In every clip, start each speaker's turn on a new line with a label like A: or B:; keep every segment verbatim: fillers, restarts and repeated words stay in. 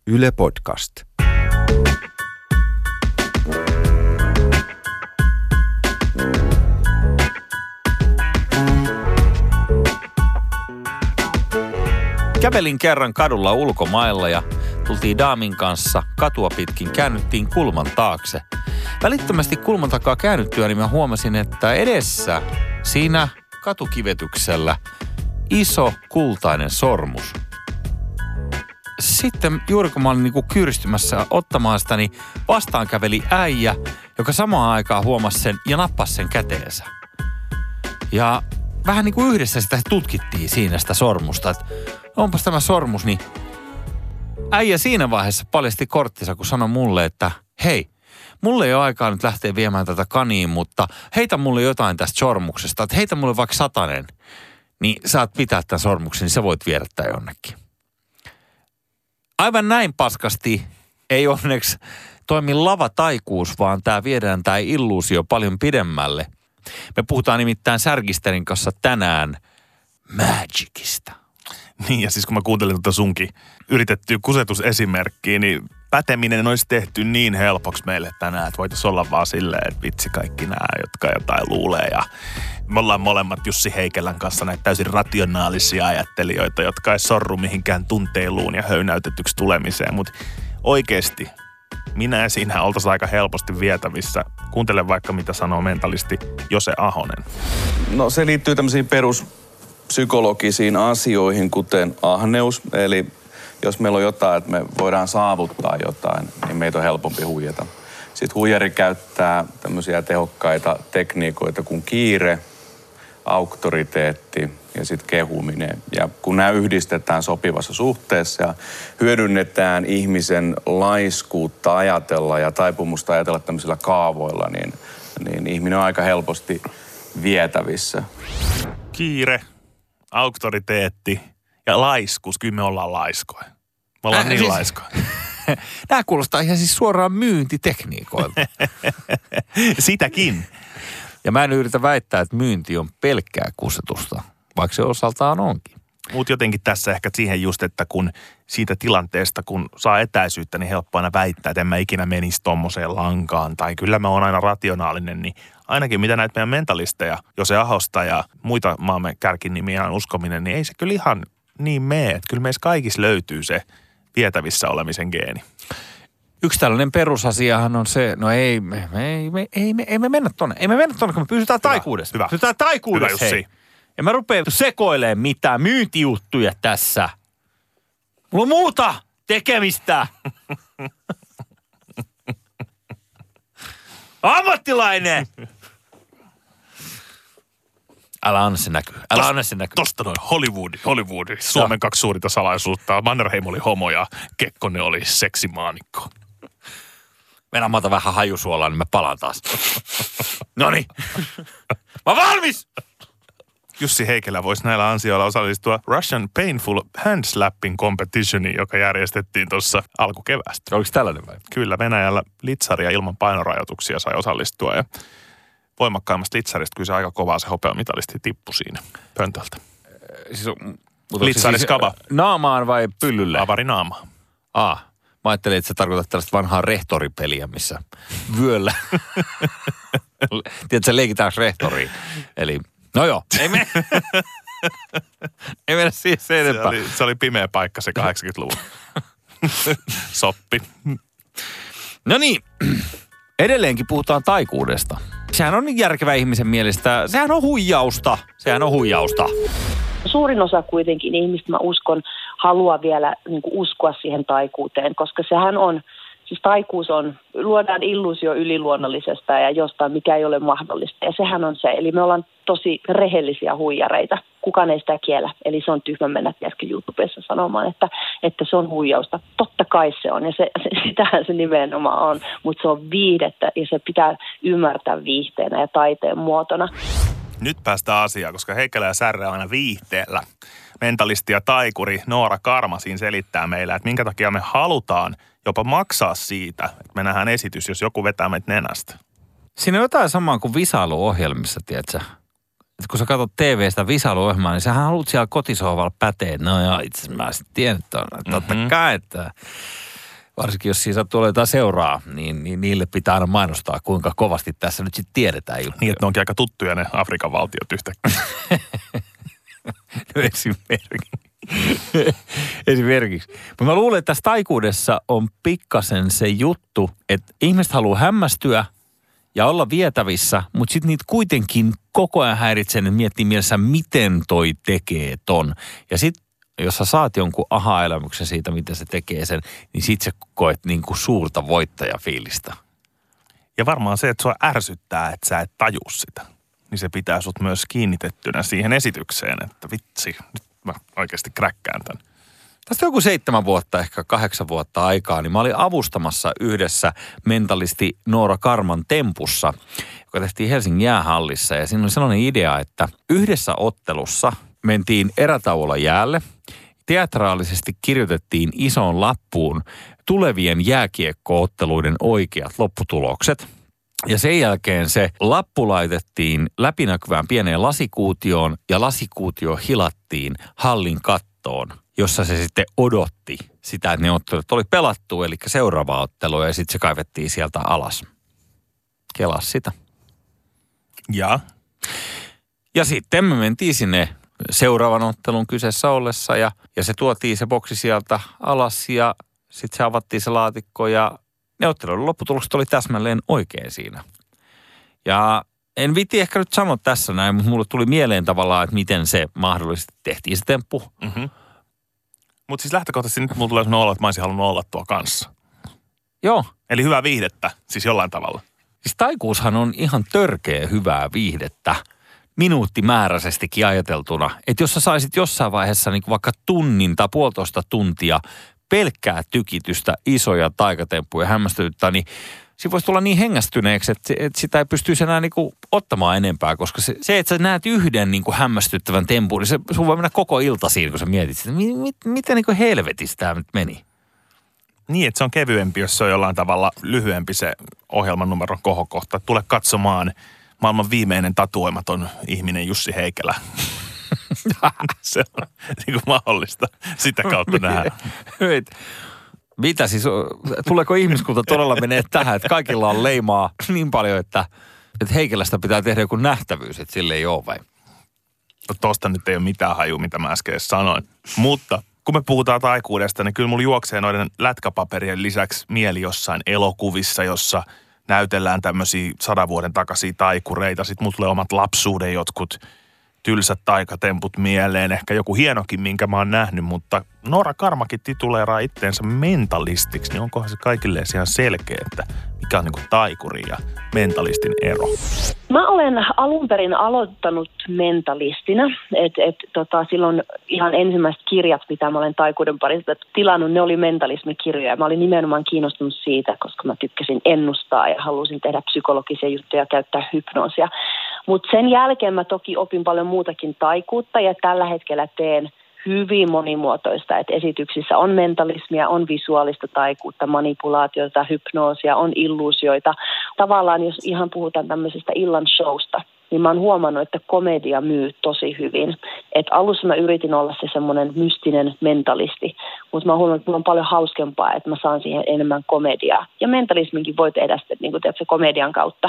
A: Yle Podcast.
B: Kävelin kerran kadulla ulkomailla ja tultiin daamin kanssa katua pitkin, käännyttiin kulman taakse. Välittömästi kulman takaa käännyttyä, niin mä huomasin, että edessä siinä katukivetyksellä iso kultainen sormus. Sitten juuri kun mä olin niinku kyyristymässä ottamaan sitä, niin vastaan käveli äijä, joka samaan aikaan huomasi sen ja nappasi sen käteensä. Ja vähän niin kuin yhdessä sitä tutkittiin siinä sitä sormusta, että onpas tämä sormus, niin äijä siinä vaiheessa paljasti korttinsa, kun sanoi mulle, että hei, mulle ei ole aikaa nyt lähteä viemään tätä kaniin, mutta heitä mulle jotain tästä sormuksesta, että heitä mulle vaikka satanen, niin saat pitää tämän sormuksen, niin sä voit viedä tämän jonnekin. Aivan näin paskasti ei onneksi toimi lavataikuus, vaan tämä viedään tämä illuusio paljon pidemmälle. Me puhutaan nimittäin Särkisterin kanssa tänään Magicista.
C: Niin, ja siis kun mä kuuntelin tuota sunkin yritettyä kusetusesimerkkiä, niin päteminen olisi tehty niin helpoksi meille tänään, että voitaisiin olla vaan silleen, että vitsi kaikki nämä, jotka jotain luulee. Ja me ollaan molemmat Jussi Heikelän kanssa näitä täysin rationaalisia ajattelijoita, jotka ei sorru mihinkään tunteiluun ja höynäytetyksi tulemiseen. Mutta oikeasti minä ja sinä oltaisiin aika helposti vietävissä. Kuuntele vaikka mitä sanoo mentalisti Jose Ahonen.
D: No se liittyy tämmöisiin peruspsykologisiin asioihin, kuten ahneus. Eli jos meillä on jotain, että me voidaan saavuttaa jotain, niin meitä on helpompi huijata. Sitten huijari käyttää tämmöisiä tehokkaita tekniikoita kuin kiire, auktoriteetti ja sitten kehuminen. Ja kun nämä yhdistetään sopivassa suhteessa ja hyödynnetään ihmisen laiskuutta ajatella ja taipumusta ajatella tämmöisillä kaavoilla, niin, niin ihminen on aika helposti vietävissä.
C: Kiire, auktoriteetti ja laiskuus. Kyllä me ollaan laiskoja. Me ollaan äh, niin siis laiskoja.
B: Nämä kuulostaa ihan siis suoraan myyntitekniikoilta.
C: Sitäkin.
B: Ja mä en yritä väittää, että myynti on pelkkää kusetusta, vaikka se osaltaan onkin.
C: Mutta jotenkin tässä ehkä siihen just, että kun siitä tilanteesta, kun saa etäisyyttä, niin helppo aina väittää, että en mä ikinä menisi tommoseen lankaan. Tai kyllä mä oon aina rationaalinen, niin ainakin mitä näitä meidän mentalisteja, Jose Ahosta ja muita maamme kärkinimiä on uskominen, niin ei se kyllä ihan niin mene. Että kyllä meissä kaikissa löytyy se vietävissä olemisen geeni.
B: Yksi tällainen perusasiahan on se, no ei, me, ei, me, ei, me, ei me mennä tonne. Ei me mennä tonne, kun me pysytään hyvä, taikuudessa.
C: Hyvä.
B: Pysytään taikuudessa,
C: hyvä,
B: hei. Ja mä rupean sekoilemaan mitään myyntijuttuja tässä. Mulla on muuta tekemistä. Ammattilainen! Älä anna se näkyy. Älä Tos, anna se näkyy.
C: Tosta noin Hollywood, Hollywood. Suomen kaksi suurinta salaisuutta. Mannerheim oli homo ja Kekkonen oli seksimaanikko.
B: Mennään mä otan vähän hajusuolaa, niin mä palaan taas. Noniin. Mä oon valmis!
C: Jussi Heikelä voisi näillä ansioilla osallistua Russian Painful Hand Slapping Competitioniin, joka järjestettiin tuossa alkukeväästä.
B: Oliko tällainen vai?
C: Kyllä, Venäjällä litsaria ilman painorajoituksia sai osallistua ja voimakkaimmasta litsarista kyllä se aika kovaa se hopeamitalisti tippui siinä pöntöltä.
B: Siis on,
C: Litsariskaba.
B: Siis naamaan vai pyllylle?
C: Avari naama.
B: Ah, mä ajattelin, että se tarkoittaa tällaista vanhaa rehtoripeliä, missä vyöllä. Tiedätkö, leikitään rehtoriin. Eli, no joo, ei mene. ei mene siis se enempää.
C: Se oli, se oli pimeä paikka se kahdeksankymmentäluvun. Soppi.
B: No niin, edelleenkin puhutaan taikuudesta. Sehän on niin järkevä ihmisen mielestä. Sehän on huijausta. Sehän on huijausta.
E: Suurin osa kuitenkin ihmistä, mä uskon, haluaa vielä niin kuin uskoa siihen taikuuteen, koska sehän on, siis taikuus on, luodaan illuusio yliluonnollisesta ja jostain, mikä ei ole mahdollista. Ja sehän on se, eli me ollaan tosi rehellisiä huijareita. Kukaan ei sitä kiellä. Eli se on tyhmä mennä äsken YouTubessa sanomaan, että, että se on huijausta. Totta kai se on, ja se, se, sitähän se nimenomaan on, mutta se on viihdettä, ja se pitää ymmärtää viihteenä ja taiteen muotona.
C: Nyt päästään asiaan, koska Heikelä ja Särre on aina viihteellä. Mentalisti ja taikuri Noora Karma siinä selittää meillä, että minkä takia me halutaan jopa maksaa siitä, että me nähdään esitys, jos joku vetää meitä nenästä.
B: Siinä on jotain samaa kuin visailuohjelmissa, tiedätkö? Että kun sä katsot T V:stä visailuohjelmaa, niin sähän haluat siellä kotisohvalla päteen. No joo, itse asiassa mä sitten tiedän, että totta
C: mm-hmm.
B: kai, että Varsinkin jos siinä sattuu olla jotain seuraa, niin, niin niille pitää aina mainostaa, kuinka kovasti tässä nyt sitten tiedetään juttuja.
C: Niin, että ne onkin aika tuttuja ne Afrikan valtiot yhtäkkiä.
B: No esimerkiksi. Esimerkiksi. Mutta mä luulen, että tässä taikuudessa on pikkasen se juttu, että ihmiset haluaa hämmästyä ja olla vietävissä, mutta sitten niitä kuitenkin koko ajan häiritsee, että miettii mielessä, miten toi tekee ton. Ja sitten jos sä saat jonkun aha-elämyksen siitä, miten se tekee sen, niin sit sä koet niinku suurta voittajafiilistä.
C: Ja varmaan se, että sua ärsyttää, että sä et taju sitä, niin se pitää sut myös kiinnitettynä siihen esitykseen, että vitsi, nyt mä oikeasti kräkkään tän.
B: Tästä joku seitsemän vuotta, ehkä kahdeksan vuotta aikaa, niin mä olin avustamassa yhdessä mentalisti Noora Karman tempussa, joka tehtiin Helsingin jäähallissa. Ja siinä oli sellainen idea, että yhdessä ottelussa mentiin erätauolla jäälle. Teatraalisesti kirjoitettiin isoon lappuun tulevien jääkiekko-otteluiden oikeat lopputulokset. Ja sen jälkeen se lappu laitettiin läpinäkyvään pieneen lasikuutioon ja lasikuutio hilattiin hallin kattoon, jossa se sitten odotti sitä, että ne ottelut oli pelattu, eli seuraava ottelu, ja sitten se kaivettiin sieltä alas. Kelas sitä.
C: Ja?
B: Ja sitten me mentiin sinne seuraavan ottelun kyseessä ollessa, ja, ja se tuotiin se boksi sieltä alas, ja sitten se avattiin se laatikko, ja neuvotteluiden lopputulokset oli täsmälleen oikein siinä. Ja en viitti ehkä nyt sanoa tässä näin, mutta mulle tuli mieleen tavallaan, että miten se mahdollisesti tehtiin se temppu.
C: Mm-hmm. Mutta siis lähtökohtaisesti nyt mulla tulee sellainen olo, että mä olisin halunnut olla tuo kanssa.
B: Joo.
C: Eli hyvää viihdettä, siis jollain tavalla.
B: Siis taikuushan on ihan törkeä hyvää viihdettä, minuuttimääräisestikin ajateltuna. Että jos sä saisit jossain vaiheessa niin vaikka tunnin tai puolitoista tuntia pelkkää tykitystä, isoja taikatemppuja hämmästyttää, niin siinä voisi tulla niin hengästyneeksi, että, että sitä ei pystyisi enää niin kuin ottamaan enempää, koska se, se että sä näet yhden niin kuin hämmästyttävän tempun, niin se, sun voi mennä koko ilta siinä, kun sä mietit sitä, mit, mit, miten niin kuin helvetissä tämä nyt meni.
C: Niin, että se on kevyempi, jos se on jollain tavalla lyhyempi se ohjelman numeron kohokohta. Tule katsomaan maailman viimeinen tatuoimaton ihminen Jussi Heikelä. Se on niin kuin mahdollista sitä kautta nähdä.
B: Mitä siis, tuleeko ihmiskunta todella menee tähän, että kaikilla on leimaa niin paljon, että, että Heikelästä pitää tehdä joku nähtävyys, että sille ei ole vai?
C: No tosta nyt ei ole mitään hajua, mitä mä äsken sanoin. Mutta kun me puhutaan taikuudesta, niin kyllä mulla juoksee noiden lätkäpaperien lisäksi mieli jossain elokuvissa, jossa näytellään tämmöisiä sadan vuoden takaisia taikureita. Sitten mulla tulee omat lapsuuden jotkut tylsät taikatemput mieleen, ehkä joku hienokin, minkä mä oon nähnyt, mutta Noora Karmakin tituleeraa itteensä mentalistiksi, niin onkohan se kaikille ihan selkeä, että mikä on niin kuin taikuri ja mentalistin ero?
E: Mä olen alun perin aloittanut mentalistina, että et, tota, silloin ihan ensimmäiset kirjat, mitä mä olen taikuuden parista tilannut, ne oli mentalismikirjoja. Mä olin nimenomaan kiinnostunut siitä, koska mä tykkäsin ennustaa ja halusin tehdä psykologisia juttuja ja käyttää hypnoosia. Mutta sen jälkeen mä toki opin paljon muutakin taikuutta ja tällä hetkellä teen hyvin monimuotoista, että esityksissä on mentalismia, on visuaalista taikuutta, manipulaatiota, hypnoosia, on illuusioita. Tavallaan jos ihan puhutaan tämmöisestä illan showsta, niin mä oon huomannut, että komedia myy tosi hyvin. Et alussa mä yritin olla se semmoinen mystinen mentalisti, mutta mä oon huomannut, että mulla on paljon hauskempaa, että mä saan siihen enemmän komediaa. Ja mentalisminkin voi tehdä sitten niin kuin teet, se komedian kautta.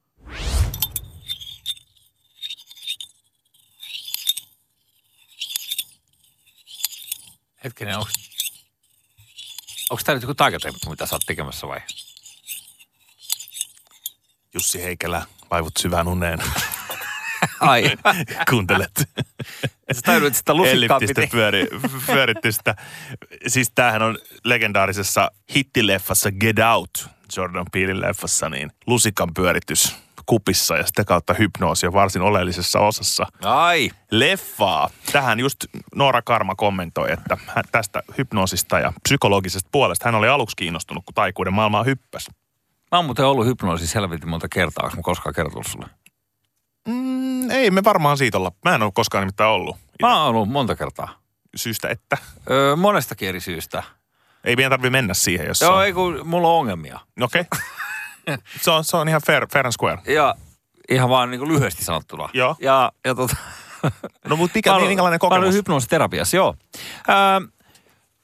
B: Hetkinen, onko, onko tämä nyt joku taikatemppu, mitä sä oot tekemässä vai?
C: Jussi Heikelä, vaivut syvään uneen.
B: Ai.
C: Kuuntelet.
B: Sä tajunnut, sitä lusikkaa piti.
C: Pyöri, pyöritti sitä. Siis tämähän on legendaarisessa hittileffassa Get Out, Jordan Peelin leffassa, niin lusikan pyöritys kupissa ja sitä kautta hypnoosia varsin oleellisessa osassa
B: Ai.
C: leffaa. Tähän just Noora Karma kommentoi, että hän tästä hypnoosista ja psykologisesta puolesta hän oli aluksi kiinnostunut, kun taikuuden maailmaa hyppäsi.
B: Mä oon muuten ollut hypnoosissa helvetin monta kertaa. Onko mä koskaan kertonut sulle?
C: Mm, ei me varmaan siitä olla. Mä en ole koskaan nimittäin ollut.
B: Mä oon ollut monta kertaa.
C: Syystä että?
B: Öö, monestakin eri syystä.
C: Ei meidän tarvitse mennä siihen, jos
B: Joo,
C: on.
B: ei kun mulla on ongelmia.
C: Okei. Okay. se, on, se on ihan fair, fair and square.
B: Ja ihan vaan niin kuin lyhyesti sanottuna.
C: Joo.
B: Ja, ja tota...
C: No mutta mikä, minkälainen kokemus?
B: Mä olen hypnoositerapiassa, joo. Ää,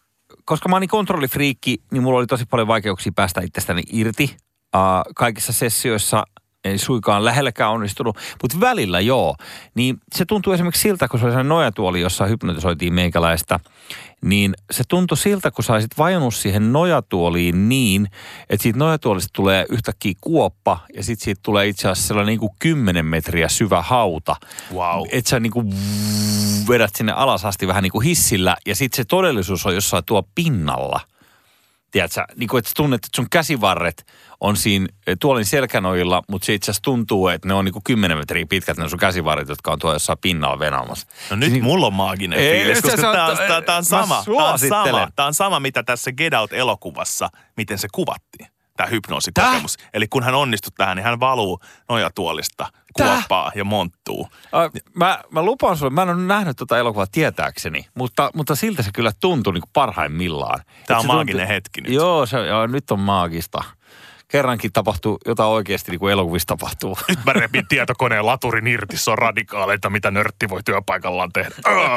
B: koska mä oon niin kontrollifriikki, niin mulla oli tosi paljon vaikeuksia päästä itsestäni irti. Uh, kaikissa sessioissa ei suikaan lähelläkään onnistunut, mutta välillä joo. Niin se tuntuu esimerkiksi siltä, kun se oli sellainen nojatuoli, jossa hypnotisoitiin meikäläistä, niin se tuntui siltä, kun sä olisit vajonnut siihen nojatuoliin niin, että siitä nojatuolista tulee yhtäkkiä kuoppa ja sitten siitä tulee itse asiassa sellainen niin kuin kymmenen metriä syvä hauta.
C: Wow.
B: Että sä niin kuin vedät sinne alas asti vähän niin kuin hissillä ja sitten se todellisuus on jossain tuo pinnalla. Tiedätkö, niin kuin, että tunnet, että sun käsivarret on siinä tuolin selkänojilla, mutta se itse asiassa tuntuu, että ne on niin kuin kymmenen metriä pitkät, ne on sun käsivarret, jotka on tuolla jossain pinnalla venaamassa.
C: No nyt niin, mulla on maaginen ei, fiilis, koska tämä on, tää, tää on sama. Tämä on sama. Tämä on sama, mitä tässä Get Out-elokuvassa, miten se kuvattiin, tämä hypnoosikokemus. Täh? Eli kun hän onnistui tähän, niin hän valuu nojatuolista, kuoppaa ja monttuu.
B: Äh, mä, mä lupaan sulle, mä en ole nähnyt tuota elokuvaa tietääkseni, mutta, mutta siltä se kyllä tuntui niin kuin parhaimmillaan.
C: Tämä on
B: se
C: maaginen
B: tuntui,
C: hetki nyt.
B: Joo, se, joo, nyt on maagista. Kerrankin tapahtuu jotain oikeasti niin kuin elokuvissa tapahtuu.
C: Nyt mä repin tietokoneen laturin irti, se on radikaaleita, mitä nörtti voi työpaikallaan tehdä.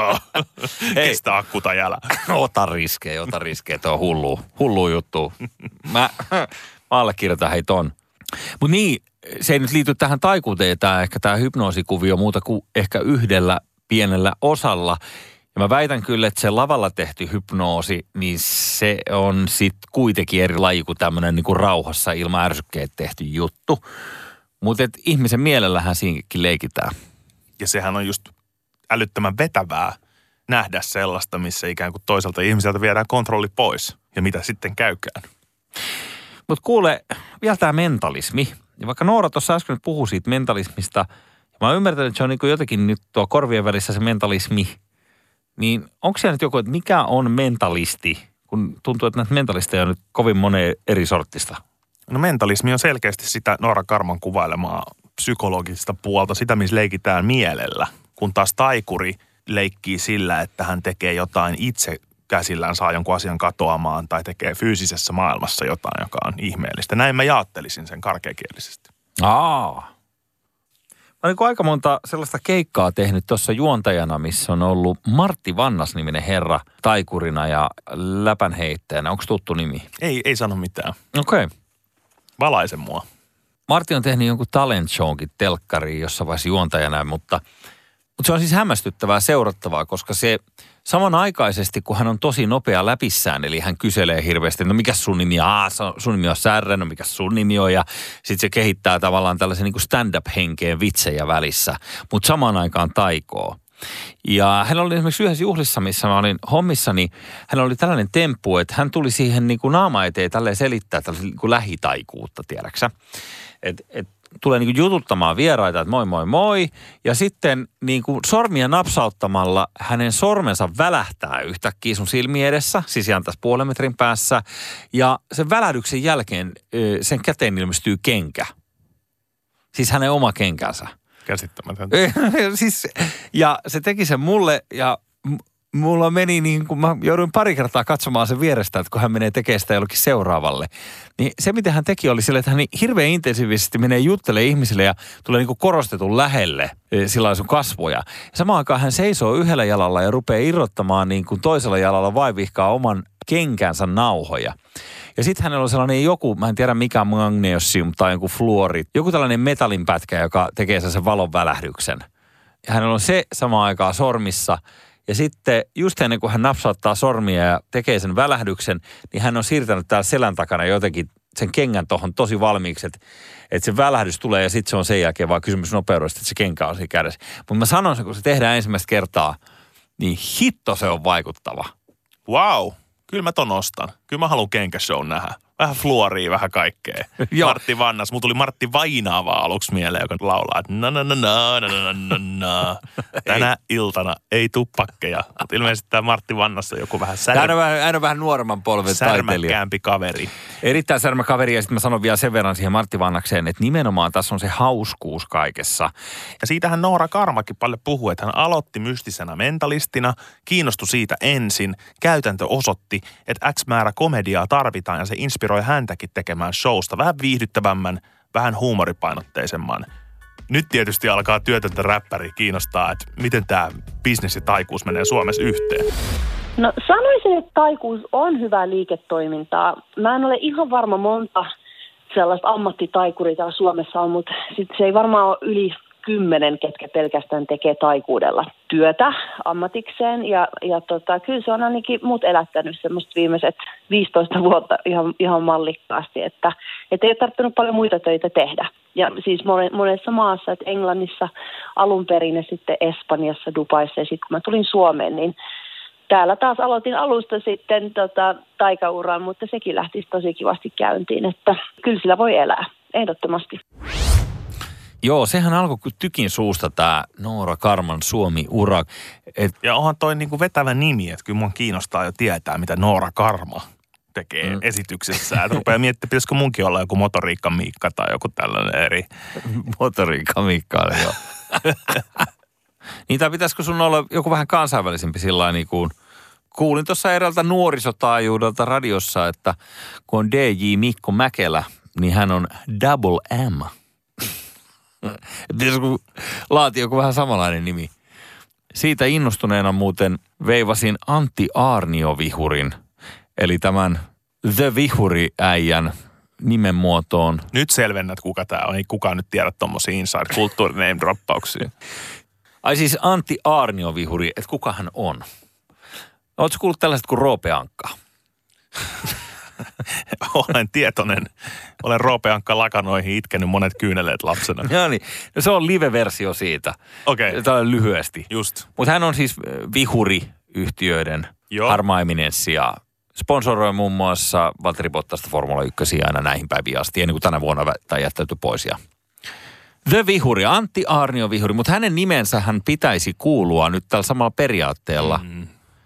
C: Kestä akkuta jälä.
B: Ota riskejä, ota riskejä, tuo on hullu, hullu juttu. Mä, mä allekirjoitan hei ton. Mutta niin, se ei nyt liity tähän taikuuteen, tämä ehkä tämä hypnoosikuvio muuta kuin ehkä yhdellä pienellä osalla. Ja mä väitän kyllä, että se lavalla tehty hypnoosi, niin se on sitten kuitenkin eri laji kuin tämmöinen niin kuin rauhassa ilman ärsykkeet tehty juttu. Mutta ihmisen mielellähän siinäkin leikitään.
C: Ja sehän on just älyttömän vetävää nähdä sellaista, missä ikään kuin toiselta ihmiseltä viedään kontrolli pois. Ja mitä sitten käykään.
B: Mutta kuule, vielä tämä mentalismi. Ja vaikka Noora tuossa äsken puhui siitä mentalismista, ja mä oon ymmärtänyt, että se on niin kuin jotenkin nyt tuo korvien välissä se mentalismi. Niin onko siellä nyt joku, että mikä on mentalisti, kun tuntuu, että näitä mentalisteja on nyt kovin monen eri sorttista?
C: No mentalismi on selkeästi sitä Noora Karman kuvailemaa psykologista puolta, sitä missä leikitään mielellä, kun taas taikuri leikkii sillä, että hän tekee jotain itse käsillään, saa jonkun asian katoamaan tai tekee fyysisessä maailmassa jotain, joka on ihmeellistä. Näin mä jaattelisin sen karkeakielisesti.
B: Aa. Mä olen aika monta sellaista keikkaa tehnyt tuossa juontajana, missä on ollut Martti Vannas-niminen herra taikurina ja läpänheittäjänä. Onko tuttu nimi?
C: Ei, ei sano mitään.
B: Okei. Okay.
C: Valaise mua.
B: Martti on tehnyt jonkun talent showkin telkkariin jossain vaiheessa juontajana, mutta, mutta se on siis hämmästyttävää seurattavaa, koska se samanaikaisesti, kun hän on tosi nopea läpissään, eli hän kyselee hirveästi, no mikä sun nimi on? Aa, sun nimi on Särrä, no mikä sun nimi on? Ja sitten se kehittää tavallaan tällaisen niin kuin stand-up-henkeen vitsejä välissä, mutta samaan aikaan taikoo. Ja hän oli esimerkiksi yhdessä juhlissa, missä mä olin hommissa, niin hän oli tällainen temppu, että hän tuli siihen niin kuin naama eteen tälleen selittää tällaisen niin kuin lähitaikuutta, tiedäksä. Että et, tulee niin kuin jututtamaan vieraita, että moi moi moi. Ja sitten niin kuin sormia napsauttamalla hänen sormensa välähtää yhtäkkiä sun silmien edessä, siis ihan tässä puolen metrin päässä. Ja sen välähdyksen jälkeen sen käteen ilmestyy kenkä. Siis hänen oma kenkänsä.
C: Käsittämätöntä.
B: siis, ja se teki sen mulle ja mulla meni niin kuin, mä jouduin pari kertaa katsomaan sen vierestä, että kun hän menee tekemään sitä jollekin seuraavalle. Niin se, mitä hän teki, oli sille, että hän hirveän intensiivisesti menee juttelemaan ihmisille ja tulee niin kuin korostetun lähelle sillä sun kasvoja. Ja samaan aikaan hän seisoo yhdellä jalalla ja rupeaa irrottamaan niin kuin toisella jalalla vaivihkaa oman kenkänsä nauhoja. Ja sitten hänellä on sellainen joku, mä en tiedä mikä magnesium tai joku fluori, joku tällainen metallinpätkä, joka tekee sen valon välähdyksen. Ja hänellä on se samaan aikaan sormissa. Ja sitten just ennen kuin hän napsauttaa sormia ja tekee sen välähdyksen, niin hän on siirtänyt täällä selän takana jotenkin sen kengän tohon tosi valmiiksi, että, että se välähdys tulee ja sitten se on sen jälkeen vaan kysymys nopeudesta, että se kenkä on siinä kädessä. Mutta mä sanon sen, kun se tehdään ensimmäistä kertaa, niin hitto se on vaikuttava.
C: Wow, kyllä mä ton ostan. Kyllä mä haluan kenkäshow nähdä. Vähän fluoria, vähän kaikkea. Martti Vannas. Mulla tuli Martti Vainaava aluksi mieleen, joka laulaa, että na na na na na na na na. Tänä iltana ei tuu pakkeja. Mutta ilmeisesti tämä Martti Vannas on joku vähän sär...
B: Hän on vähän, hän on vähän nuoremman polven taiteilija.
C: Särmäkkäämpi kaveri.
B: Erittäin särmä kaveri ja sitten mä sanon vielä sen verran siihen Martti Vannakseen, että nimenomaan tässä on se hauskuus kaikessa.
C: Ja siitähän Noora Karmakin paljon puhuu, että hän aloitti mystisenä mentalistina, kiinnostui siitä ensin, käytäntö osoitti, että X määrä komediaa tarvitaan ja se inspiroi häntäkin tekemään showsta vähän viihdyttävämmän, vähän huumoripainotteisemman. Nyt tietysti alkaa työtöntä räppäriä kiinnostaa, että miten tämä business ja taikuus menee Suomessa yhteen.
E: No sanoisin, että taikuus on hyvää liiketoimintaa. Mä en ole ihan varma monta sellaista ammattitaikuria täällä Suomessa on, mutta sit se ei varmaan ole yli kymmenen, ketkä pelkästään tekee taikuudella työtä ammatikseen. Ja, ja tota, kyllä se on ainakin mut elättänyt semmoista viimeiset viisitoista vuotta ihan, ihan mallikkaasti, että et ei ole tarvinnut paljon muita töitä tehdä. Ja siis monessa maassa, että Englannissa alun perin ja sitten Espanjassa, Dubaissa ja sitten kun mä tulin Suomeen, niin täällä taas aloitin alusta sitten tota, taikauran, mutta sekin lähti tosi kivasti käyntiin, että kyllä sillä voi elää, ehdottomasti.
B: Joo, sehän alkoi kuin tykin suusta tämä Noora Karman Suomi-ura. Et...
C: Ja onhan toi niinku vetävä nimi, että kyllä mun kiinnostaa jo tietää, mitä Noora Karma tekee mm. esityksessä. Että rupeaa miettimään, pitäisikö munkin olla joku Motoriikka Miikka tai joku tällainen eri.
B: Motoriikka Miikka, joo. Niin, tai pitäisikö sun olla joku vähän kansainvälisempi sillä niin kuin, kuulin tuossa eräältä nuorisotaajuudelta radiossa, että kun on D J Mikko Mäkelä, niin hän on Double M. Pitäisikö laatia joku vähän samanlainen nimi. Siitä innostuneena muuten veivasin Antti Aarnio-vihurin, eli tämän The Vihuri-äijän nimen muotoon.
C: Nyt selvennät, kuka tämä on. Ei kukaan nyt tiedä tommosia inside-kulttuuri name-droppauksia.
B: Ai siis Antti Aarnio-vihuri, että kuka hän on? Oletko kuullut tällaiset kuin Roope Ankka?
C: Olen tietoinen. Olen Roope Ankka lakanoihin itkenyt monet kyyneleet lapsena.
B: Joo niin. No se on live-versio siitä.
C: Okei. Okay.
B: Tämä on lyhyesti.
C: Just.
B: Mutta hän on siis vihuriyhtiöiden Harmaa Eminenssi ja sponsoroi muun muassa Valtteri Bottasta Formula yksi aina näihin päiviin asti, ennen kuin tänä vuonna tai jättäytyi pois. Ja The Vihuri, Antti Aarnio-vihuri, mutta hänen nimensä hän pitäisi kuulua nyt tällä samalla periaatteella. Mm.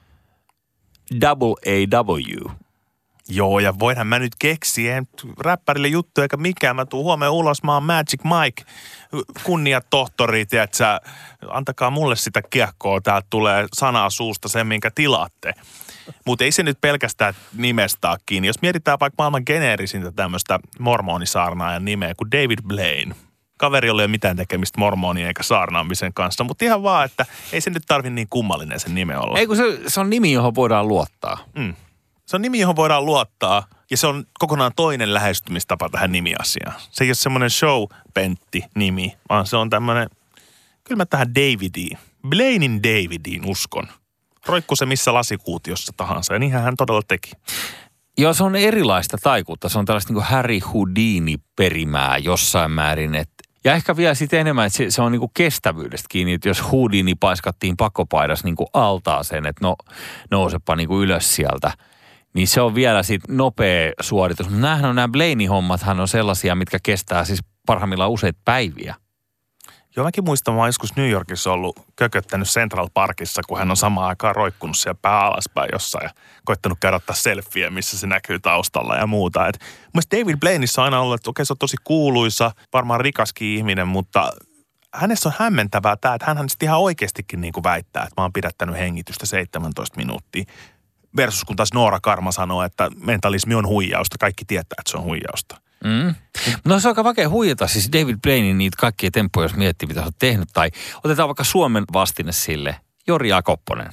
B: Double A W.
C: Joo, ja voinhan mä nyt keksiä räppärille juttu, eikä mikään. Mä tuun huomenna ulos, mä oon Magic Mike, kunnia tohtori, tiedätkö, antakaa mulle sitä kiekkoa, täältä tulee sanaa suusta sen, minkä tilaatte. Mutta ei se nyt pelkästään nimestä ole kiinni. Jos mietitään vaikka maailman geneerisintä tämmöistä mormonisaarnaajan nimeä kuin David Blaine. Kaveri ei ole mitään tekemistä mormonia eikä saarnaamisen kanssa, mutta ihan vaan, että ei se nyt tarvi niin kummallinen sen nime olla.
B: Ei kun se, se on nimi, johon voidaan luottaa.
C: Mm. Se on nimi, johon voidaan luottaa ja se on kokonaan toinen lähestymistapa tähän nimiasiaan. Se ei ole semmoinen show-pentti-nimi, vaan se on tämmöinen, kyllä mä tähän Davidiin, Blainein Davidiin uskon. Roikku se missä lasikuutiossa tahansa ja niinhän hän todella teki.
B: Joo, se on erilaista taikuutta. Se on tällaista niin kuin Harry Houdini-perimää jossain määrin. Et, ja ehkä vielä sitten enemmän, että se, se on niin kuin kestävyydestä kiinni. Että jos Houdini paiskattiin pakopaidas niin kuin altaaseen, että no, nousepa niin kuin ylös sieltä, niin se on vielä sitten nopea suoritus. Mutta nämähän on nämä Blaine-hommathan on sellaisia, mitkä kestää siis parhaimmillaan useita päiviä.
C: Joo, mäkin muistan, mä oon joskus New Yorkissa ollut kököttänyt Central Parkissa, kun hän on samaan aikaan roikkunut siellä pää alaspäin jossain ja koittanut käydä ottaa selfieä, missä se näkyy taustalla ja muuta. Et, mielestäni David Blaineissa on aina ollut, että okei, se on tosi kuuluisa, varmaan rikaskin ihminen, mutta hänessä on hämmentävää tämä, että hän sitten ihan oikeastikin niin kuin väittää, että mä oon pidättänyt hengitystä seitsemäntoista minuuttia. Versus kun taas Noora Karma sanoo, että mentalismi on huijausta. Kaikki tietää, että se on huijausta.
B: Mm. No se on aika vaikea huijata. Siis David Blainen niitä kaikkia temppuja, jos miettii, mitä sä oot tehnyt. Tai otetaan vaikka Suomen vastine sille, Jori A. Kopponen.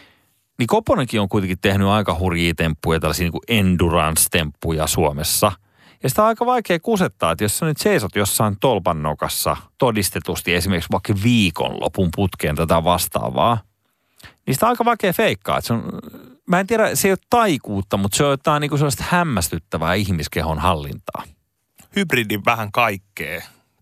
B: Niin Kopponenkin on kuitenkin tehnyt aika hurjia temppuja, tällaisia niin kuin endurance-temppuja Suomessa. Ja sitä on aika vaikea kusettaa, että jos sä nyt seisot jossain tolpan nokassa todistetusti esimerkiksi vaikka viikonlopun putkeen tätä vastaavaa, niin sitä on aika vaikea feikkaa. Se on, mä en tiedä, se ei ole taikuutta, mutta se on jotain niin kuin sellaista hämmästyttävää ihmiskehon hallintaa.
C: Hybridin vähän kaikkea.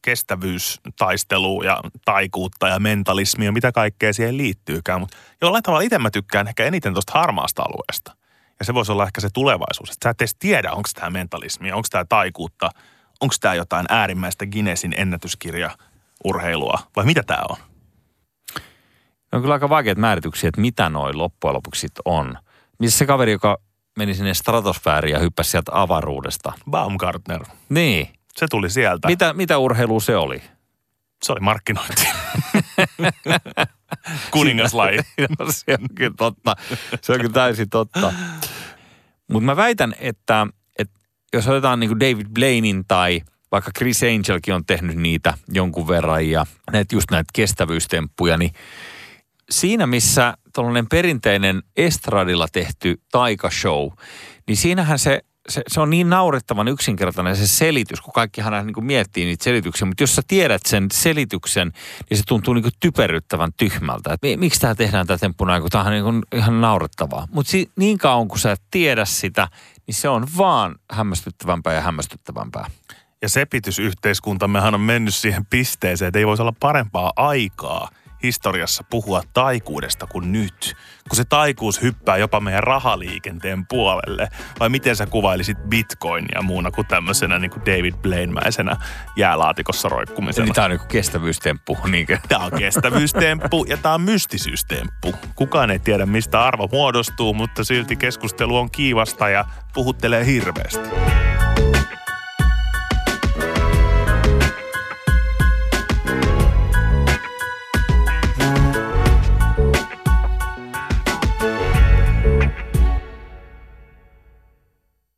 C: Kestävyystaistelua ja taikuutta ja mentalismia, mitä kaikkea siihen liittyykään. Mutta jollain tavalla itse mä tykkään ehkä eniten tuosta harmaasta alueesta. Ja se voisi olla ehkä se tulevaisuus. Että sä et edes tiedä, onko tämä mentalismia, onko tämä taikuutta, onko tämä jotain äärimmäistä Guinnessin ennätyskirjaurheilua vai mitä tämä on?
B: On kyllä aika vaikeat määrityksiä, että mitä noin loppujen lopuksi on. Missä se kaveri, joka meni sinne stratosfääriin ja hyppäsi sieltä avaruudesta?
C: Baumgartner.
B: Niin.
C: Se tuli sieltä.
B: Mitä, mitä urheilua se oli?
C: Se oli markkinointi. Kuningaslaji.
B: No, se on kyllä totta. Se on kyllä täysin totta. Mutta mä väitän, että, että jos otetaan niin kuin David Blainin tai vaikka Chris Angelkin on tehnyt niitä jonkun verran ja näitä, just näitä kestävyystemppuja, niin siinä missä tuollainen perinteinen estradilla tehty taikashow, niin siinähän se, se, se on niin naurettavan yksinkertainen se selitys, kun kaikkihan niin kuin miettii niitä selityksiä, mutta jos sä tiedät sen selityksen, niin se tuntuu niin kuin typeryttävän tyhmältä. Et miksi tämä tehdään tämä temppu näin, kun tämä on niin kuin ihan naurettavaa. Mutta si, niin kauan kun sä et tiedä sitä, niin se on vaan hämmästyttävämpää ja hämmästyttävämpää.
C: Ja sepitysyhteiskuntammehan on mennyt siihen pisteeseen, että ei voisi olla parempaa aikaa historiassa puhua taikuudesta kuin nyt. Kun se taikuus hyppää jopa meidän rahaliikenteen puolelle. Vai miten sä kuvailisit bitcoinia muuna kuin tämmöisenä niin kuin David Blaine-mäisenä jäälaatikossa roikkumisena?
B: Eli tää on niin kuin kestävyystemppu. Niinkö?
C: Tää on kestävyystemppu ja tää on mystisyystemppu. Kukaan ei tiedä, mistä arvo muodostuu, mutta silti keskustelu on kiivasta ja puhuttelee hirveästi.